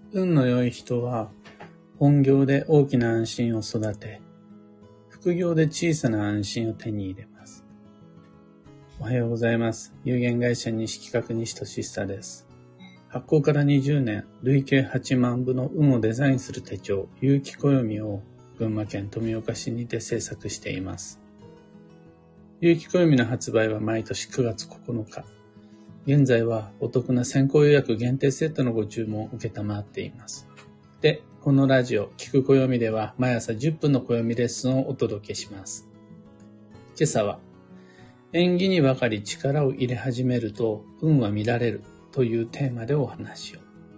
運の良い人は本業で大きな安心を育て、副業で小さな安心を手に入れます。おはようございます。有限会社西企画西俊久です。発行から20年、累計8万部の運をデザインする手帳、有機暦を群馬県富岡市にて制作しています。有機暦の発売は毎年9月9日。現在はお得な先行予約限定セットのご注文を受けたまわっています。で、このラジオ、聞く暦では毎朝10分の暦レッスンをお届けします。今朝は、縁起にばかり力を入れ始めると運は乱れるというテーマでお話を。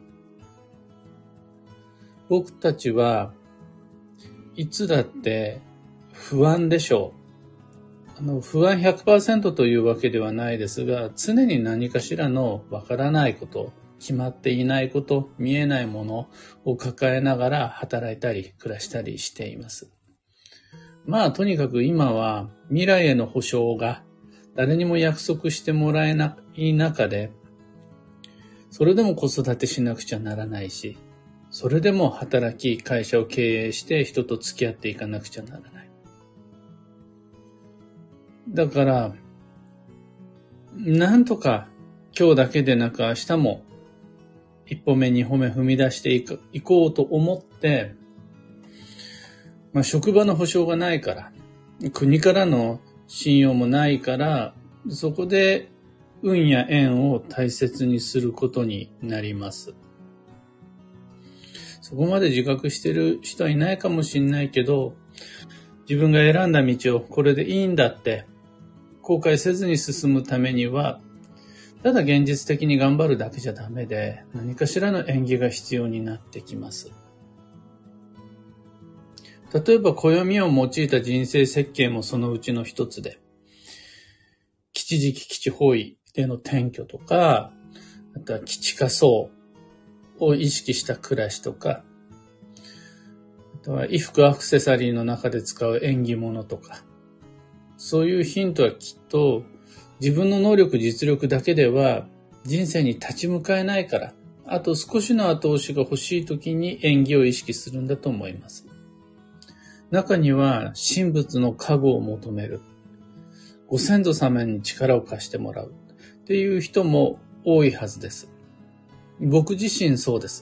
僕たちはいつだって不安でしょう。不安 100% というわけではないですが、常に何かしらのわからないこと、決まっていないこと、見えないものを抱えながら働いたり暮らしたりしています。とにかく今は未来への保証が誰にも約束してもらえない中で、それでも子育てしなくちゃならないし、それでも働き、会社を経営して人と付き合っていかなくちゃならない。だから、なんとか今日だけでなく明日も一歩目二歩目踏み出していこうと思って、職場の保証がないから、国からの信用もないから、そこで運や縁を大切にすることになります。そこまで自覚してる人はいないかもしれないけど、自分が選んだ道をこれでいいんだって後悔せずに進むためには、ただ現実的に頑張るだけじゃダメで、何かしらの縁起が必要になってきます。例えば暦を用いた人生設計もそのうちの一つで、吉時期吉方位での転居とか、あとは吉化相を意識した暮らしとか、あとは衣服アクセサリーの中で使う縁起物とか、そういうヒントはきっと自分の能力実力だけでは人生に立ち向かえないから、あと少しの後押しが欲しい時に縁起を意識するんだと思います。中には神仏の加護を求める、ご先祖様に力を貸してもらうっていう人も多いはずです。僕自身そうです。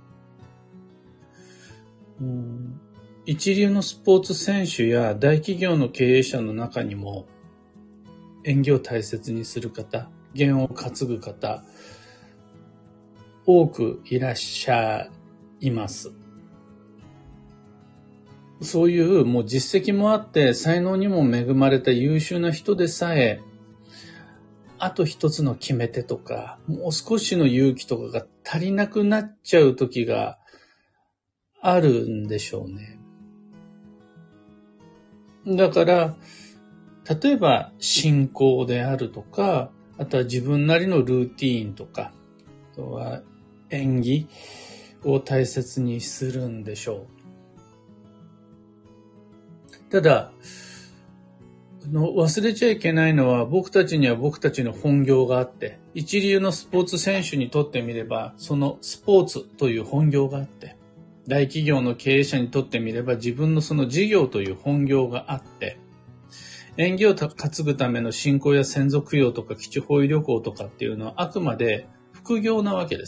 一流のスポーツ選手や大企業の経営者の中にも縁起を大切にする方、験を担ぐ方、多くいらっしゃいます。そういうもう実績もあって才能にも恵まれた優秀な人でさえ、あと一つの決め手とか、もう少しの勇気とかが足りなくなっちゃう時があるんでしょうね。だから、例えば信仰であるとか、あとは自分なりのルーティーンとか、あとは縁起を大切にするんでしょう。ただ、忘れちゃいけないのは、僕たちには僕たちの本業があって、一流のスポーツ選手にとってみれば、そのスポーツという本業があって、大企業の経営者にとってみれば自分のその事業という本業があって、縁起を担ぐための信仰や先祖供養とか吉方位旅行とかっていうのはあくまで副業なわけです。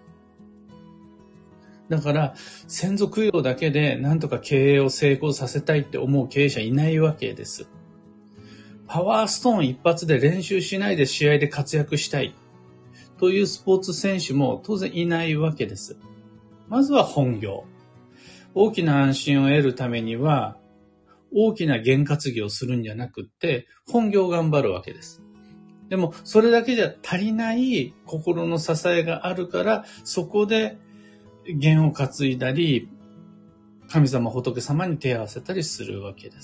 だから先祖供養だけでなんとか経営を成功させたいって思う経営者いないわけです。パワーストーン一発で練習しないで試合で活躍したいというスポーツ選手も当然いないわけです。まずは本業。大きな安心を得るためには、大きな験担ぎをするんじゃなくって、本業を頑張るわけです。でも、それだけじゃ足りない心の支えがあるから、そこで験を担いだり、神様仏様に手を合わせたりするわけです。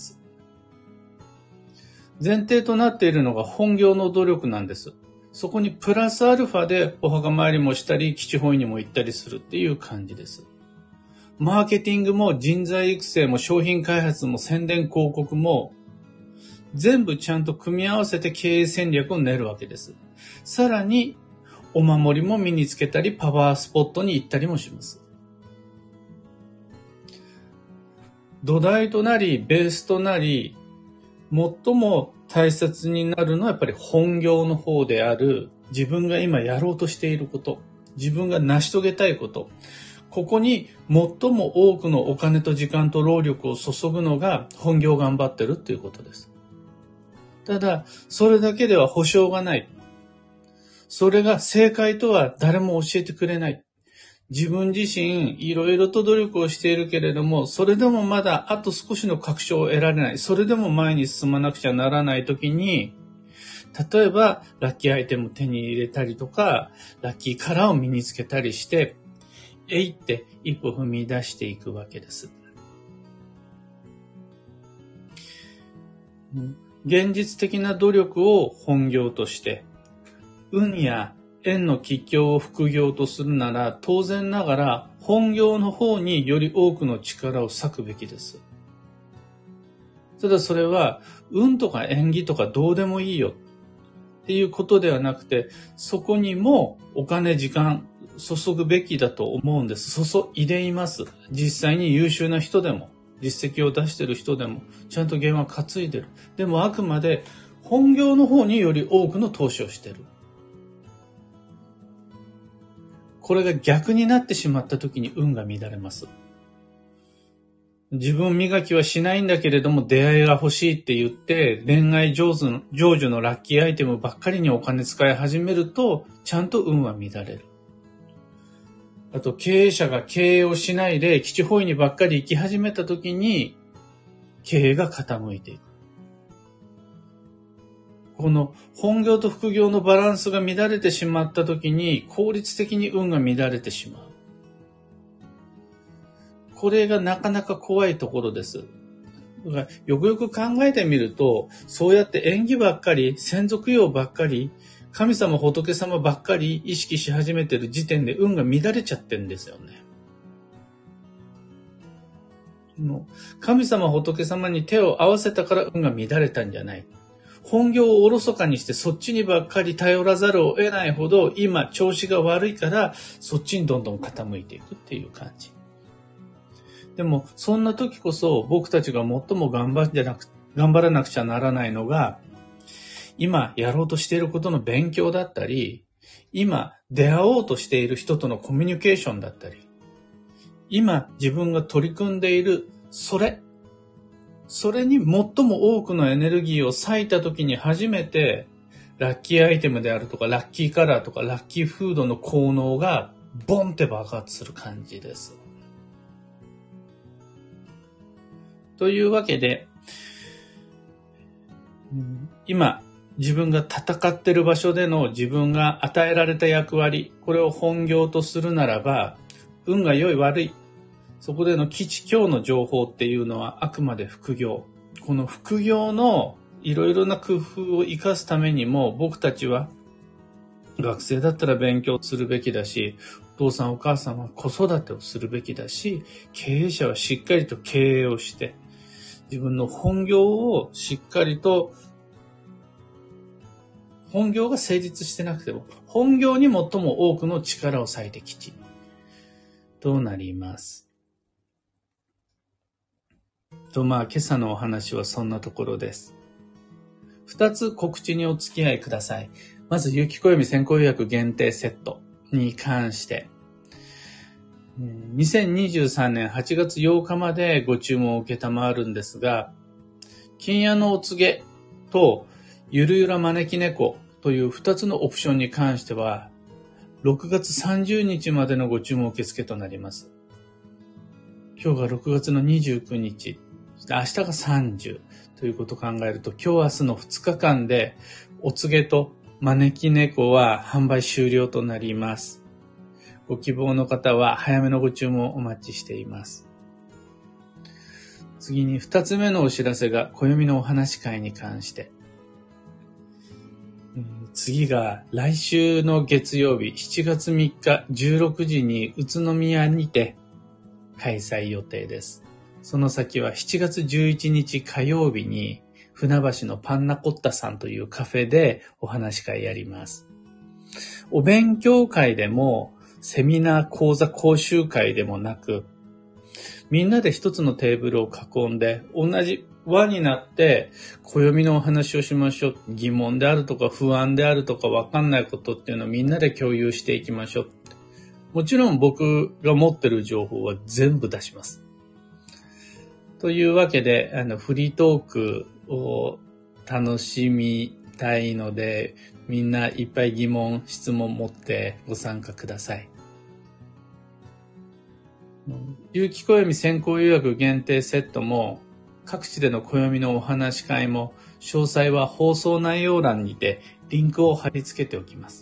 前提となっているのが本業の努力なんです。そこにプラスアルファでお墓参りもしたり、基地方位にも行ったりするっていう感じです。マーケティングも人材育成も商品開発も宣伝広告も全部ちゃんと組み合わせて経営戦略を練るわけです。さらにお守りも身につけたり、パワースポットに行ったりもします。土台となり、ベースとなり、最も大切になるのはやっぱり本業の方である、自分が今やろうとしていること、自分が成し遂げたいこと、ここに最も多くのお金と時間と労力を注ぐのが本業を頑張ってるっていうことです。ただ、それだけでは保証がない。それが正解とは誰も教えてくれない。自分自身いろいろと努力をしているけれども、それでもまだあと少しの確証を得られない。それでも前に進まなくちゃならないときに、例えばラッキーアイテムを手に入れたりとか、ラッキーカラーを身につけたりして、って一歩踏み出していくわけです。現実的な努力を本業として、運や縁の吉凶を副業とするなら、当然ながら本業の方により多くの力を割くべきです。ただそれは運とか縁起とかどうでもいいよっていうことではなくて、そこにもお金時間注ぐべきだと思うんです。注いでいます。実際に優秀な人でも、実績を出している人でも、ちゃんと現場担いでる。でもあくまで本業の方により多くの投資をしている。これが逆になってしまった時に運が乱れます。自分磨きはしないんだけれども出会いが欲しいって言って恋愛成就のラッキーアイテムばっかりにお金使い始めるとちゃんと運は乱れる。あと経営者が経営をしないで基地方位にばっかり行き始めた時に経営が傾いていく。この本業と副業のバランスが乱れてしまった時に効率的に運が乱れてしまう。これがなかなか怖いところです。だからよくよく考えてみると、そうやって縁起ばっかり、先祖供養ばっかり、神様仏様ばっかり意識し始めてる時点で運が乱れちゃってるんですよね。神様仏様に手を合わせたから運が乱れたんじゃない。本業をおろそかにしてそっちにばっかり頼らざるを得ないほど今調子が悪いからそっちにどんどん傾いていくっていう感じ。でもそんな時こそ僕たちが最も頑張らなくちゃならないのが今やろうとしていることの勉強だったり、今出会おうとしている人とのコミュニケーションだったり、今自分が取り組んでいるそれに最も多くのエネルギーを割いた時に初めてラッキーアイテムであるとかラッキーカラーとかラッキーフードの効能がボンって爆発する感じです。というわけで、今自分が戦っている場所での自分が与えられた役割、これを本業とするならば、運が良い悪い、そこでの吉凶の情報っていうのはあくまで副業。この副業のいろいろな工夫を生かすためにも僕たちは学生だったら勉強するべきだし、お父さんお母さんは子育てをするべきだし、経営者はしっかりと経営をして自分の本業をしっかりと本業が成立してなくても本業に最も多くの力を割いてきちとなります。今朝のお話はそんなところです。2つ告知にお付き合いください。まず、有機暦先行予約限定セットに関して、2023年8月8日までご注文を受けたまわるんですが、金屋のお告げとゆるゆら招き猫という2つのオプションに関しては、6月30日までのご注文受付となります。今日が6月の29日。明日が30ということを考えると、今日明日の2日間でお告げと招き猫は販売終了となります。ご希望の方は早めのご注文をお待ちしています。次に2つ目のお知らせが暦のお話会に関して。次が来週の月曜日7月3日16時に宇都宮にて開催予定です。その先は7月11日火曜日に船橋のパンナコッタさんというカフェでお話会やります。 お勉強会でも、セミナー講座講習会でもなく、みんなで一つのテーブルを囲んで、同じ輪になって、暦のお話をしましょう。疑問であるとか不安であるとか分かんないことっていうのをみんなで共有していきましょう。もちろん僕が持ってる情報は全部出します。というわけで、フリートークを楽しみたいので、みんないっぱい疑問、質問持ってご参加ください。有機暦先行予約限定セットも、各地での暦のお話し会も、詳細は放送内容欄にてリンクを貼り付けておきます。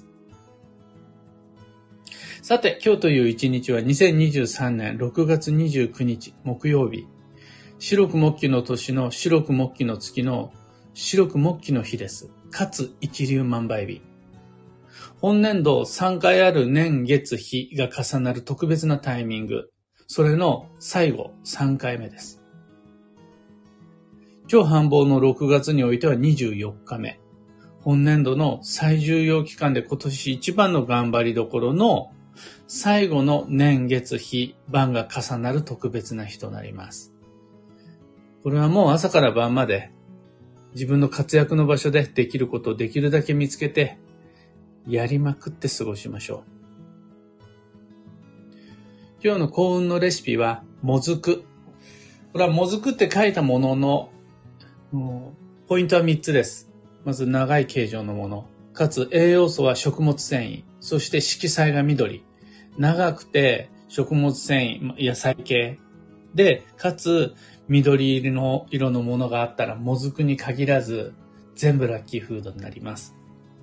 さて、今日という一日は2023年6月29日木曜日。白く木期の年の白く木期の月の白く木期の日です。かつ一粒万倍日。本年度3回ある年月日が重なる特別なタイミング。それの最後3回目です。超繁忙の6月においては24日目。本年度の最重要期間で今年一番の頑張りどころの最後の年月日番が重なる特別な日となります。これはもう朝から晩まで自分の活躍の場所でできることをできるだけ見つけてやりまくって過ごしましょう。今日の幸運のレシピはもずく。これはもずくって書いたもののポイントは3つです。まず長い形状のもの。かつ栄養素は食物繊維。そして色彩が緑。長くて食物繊維、野菜系。で、かつ緑色のものがあったらもずくに限らず全部ラッキーフードになります。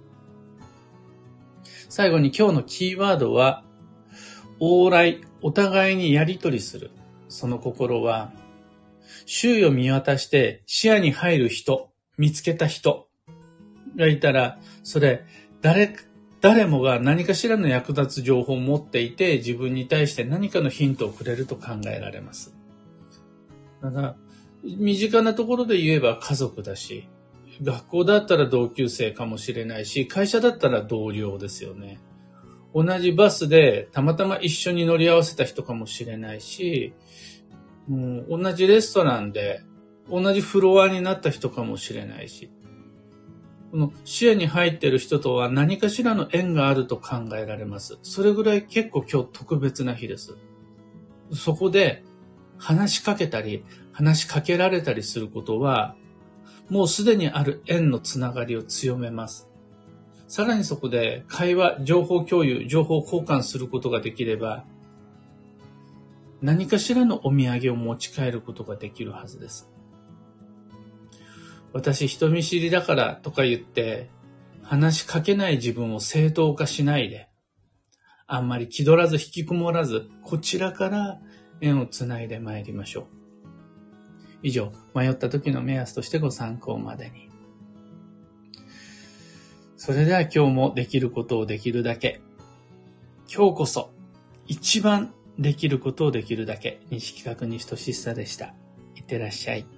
最後に今日のキーワードは往来、お互いにやり取りする。その心は周囲を見渡して視野に入る人、見つけた人がいたら、それ誰もが何かしらの役立つ情報を持っていて、自分に対して何かのヒントをくれると考えられます。ただ、身近なところで言えば家族だし、学校だったら同級生かもしれないし、会社だったら同僚ですよね。同じバスでたまたま一緒に乗り合わせた人かもしれないし、同じレストランで同じフロアになった人かもしれないし、この視野に入っている人とは何かしらの縁があると考えられます。それぐらい結構今日特別な日です。そこで話しかけたり話しかけられたりすることは、もうすでにある縁のつながりを強めます。さらにそこで会話、情報共有、情報交換することができれば、何かしらのお土産を持ち帰ることができるはずです。私人見知りだからとか言って話しかけない自分を正当化しないで、あんまり気取らず引きこもらず、こちらから縁をつないでまいりましょう。以上、迷った時の目安としてご参考までに。それでは今日もできることをできるだけ。今日こそ一番できることをできるだけ。西企画西俊久でした。いってらっしゃい。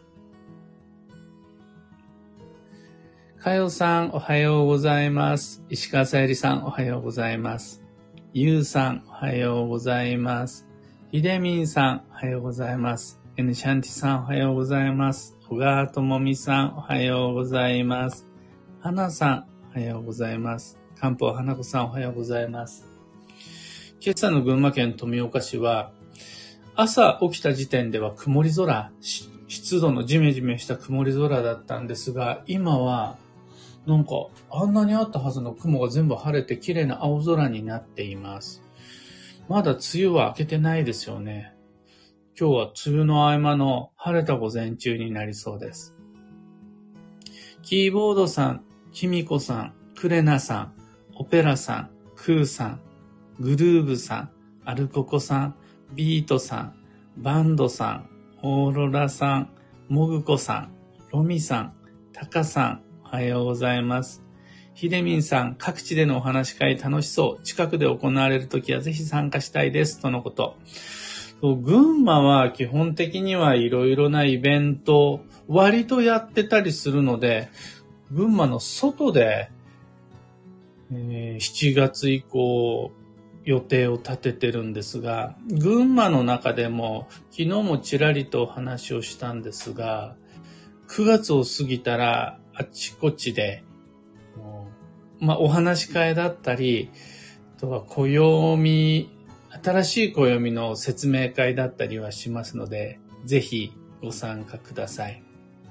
かよさんおはようございます。石川さゆりさんおはようございます。ゆうさんおはようございます。ひでみんさんおはようございます。エヌシャンティさんおはようございます。小川ともみさんおはようございます。はなさんおはようございます。漢方花子さんおはようございます。今朝の群馬県富岡市は朝起きた時点では曇り空、湿度のジメジメした曇り空だったんですが、今はなんかあんなにあったはずの雲が全部晴れて綺麗な青空になっています。まだ梅雨は明けてないですよね。今日は梅雨の合間の晴れた午前中になりそうです。キーボードさん、きみこさん、クレナさん、オペラさん、クーさん、グルーブさん、アルココさん、ビートさん、バンドさん、オーロラさん、モグコさん、ロミさん、タカさん、おはようございます。ひでみんさん、各地でのお話し会楽しそう。近くで行われるときはぜひ参加したいです。とのこと。群馬は基本的にはいろいろなイベント、割とやってたりするので、群馬の外で 7月以降予定を立ててるんですが、群馬の中でも昨日もちらりとお話をしたんですが、9月を過ぎたらあちこちで、お話し会だったり、あとは新しい暦の説明会だったりはしますので、ぜひご参加ください。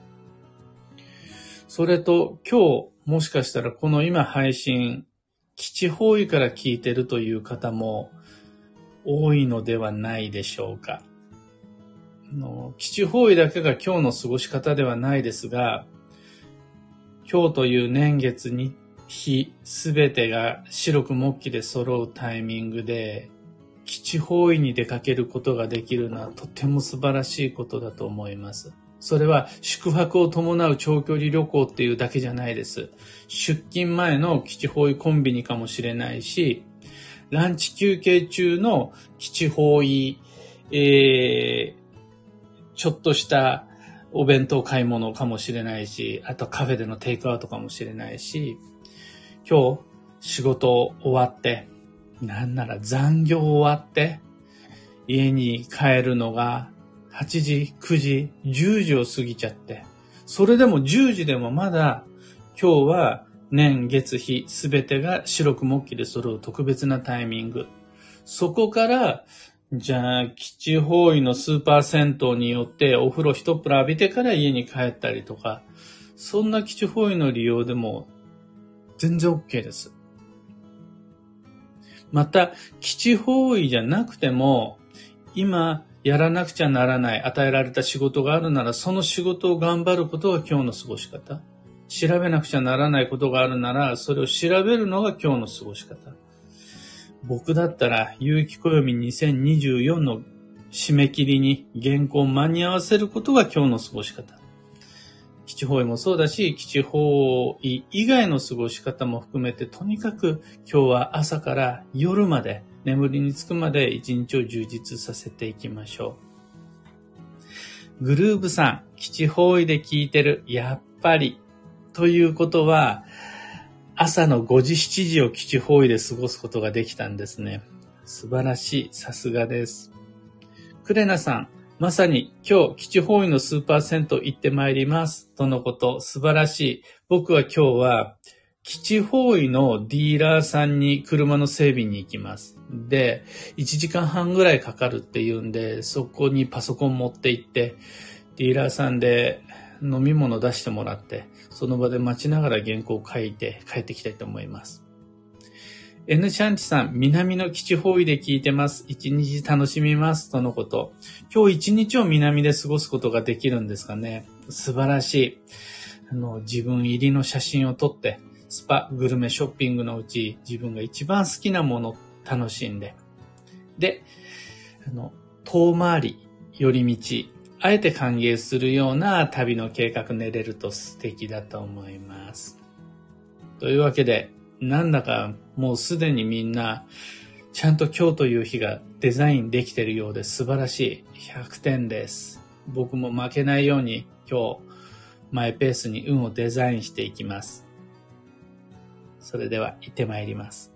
それと今日もしかしたらこの今配信、基地方位から聞いてるという方も多いのではないでしょうか。基地方位だけが今日の過ごし方ではないですが、今日という年月に日すべてが白く木器で揃うタイミングで、基地方位に出かけることができるのはとても素晴らしいことだと思います。それは宿泊を伴う長距離旅行っていうだけじゃないです。出勤前の基地方位コンビニかもしれないし、ランチ休憩中の基地方位、ちょっとしたお弁当買い物かもしれないし、あとカフェでのテイクアウトかもしれないし、今日仕事終わって、なんなら残業終わって、家に帰るのが8時、9時、10時を過ぎちゃって、それでも10時でもまだ今日は年月日すべてが白く木器で揃う特別なタイミング。そこから、じゃあ基地方位のスーパー銭湯によってお風呂一っ風呂浴びてから家に帰ったりとか、そんな基地方位の利用でも全然 OK です。また、基地方位じゃなくても、今やらなくちゃならない、与えられた仕事があるなら、その仕事を頑張ることが今日の過ごし方。調べなくちゃならないことがあるなら、それを調べるのが今日の過ごし方。僕だったら、有機暦2024の締め切りに原稿を間に合わせることが今日の過ごし方。基地方位もそうだし、基地方位以外の過ごし方も含めて、とにかく今日は朝から夜まで、眠りにつくまで一日を充実させていきましょう。グルーブさん、基地方位で聞いてる、やっぱり。ということは、朝の5時、7時を基地方位で過ごすことができたんですね。素晴らしい。さすがです。クレナさん、まさに今日基地方位のスーパー銭湯行ってまいります。とのこと、素晴らしい。僕は今日は基地方位のディーラーさんに車の整備に行きます。で、1時間半ぐらいかかるっていうんで、そこにパソコン持って行って、ディーラーさんで飲み物出してもらって、その場で待ちながら原稿を書いて帰ってきたいと思います。N シャンチさん、南の基地方位で聞いてます。一日楽しみます。とのこと。今日一日を南で過ごすことができるんですかね。素晴らしい。自分入りの写真を撮って、スパ、グルメ、ショッピングのうち自分が一番好きなものを楽しんで。で、遠回り、寄り道、あえて歓迎するような旅の計画練れると素敵だと思います。というわけで、なんだかもうすでにみんなちゃんと今日という日がデザインできているようで素晴らしい。100点です。僕も負けないように今日マイペースに運をデザインしていきます。それでは行ってまいります。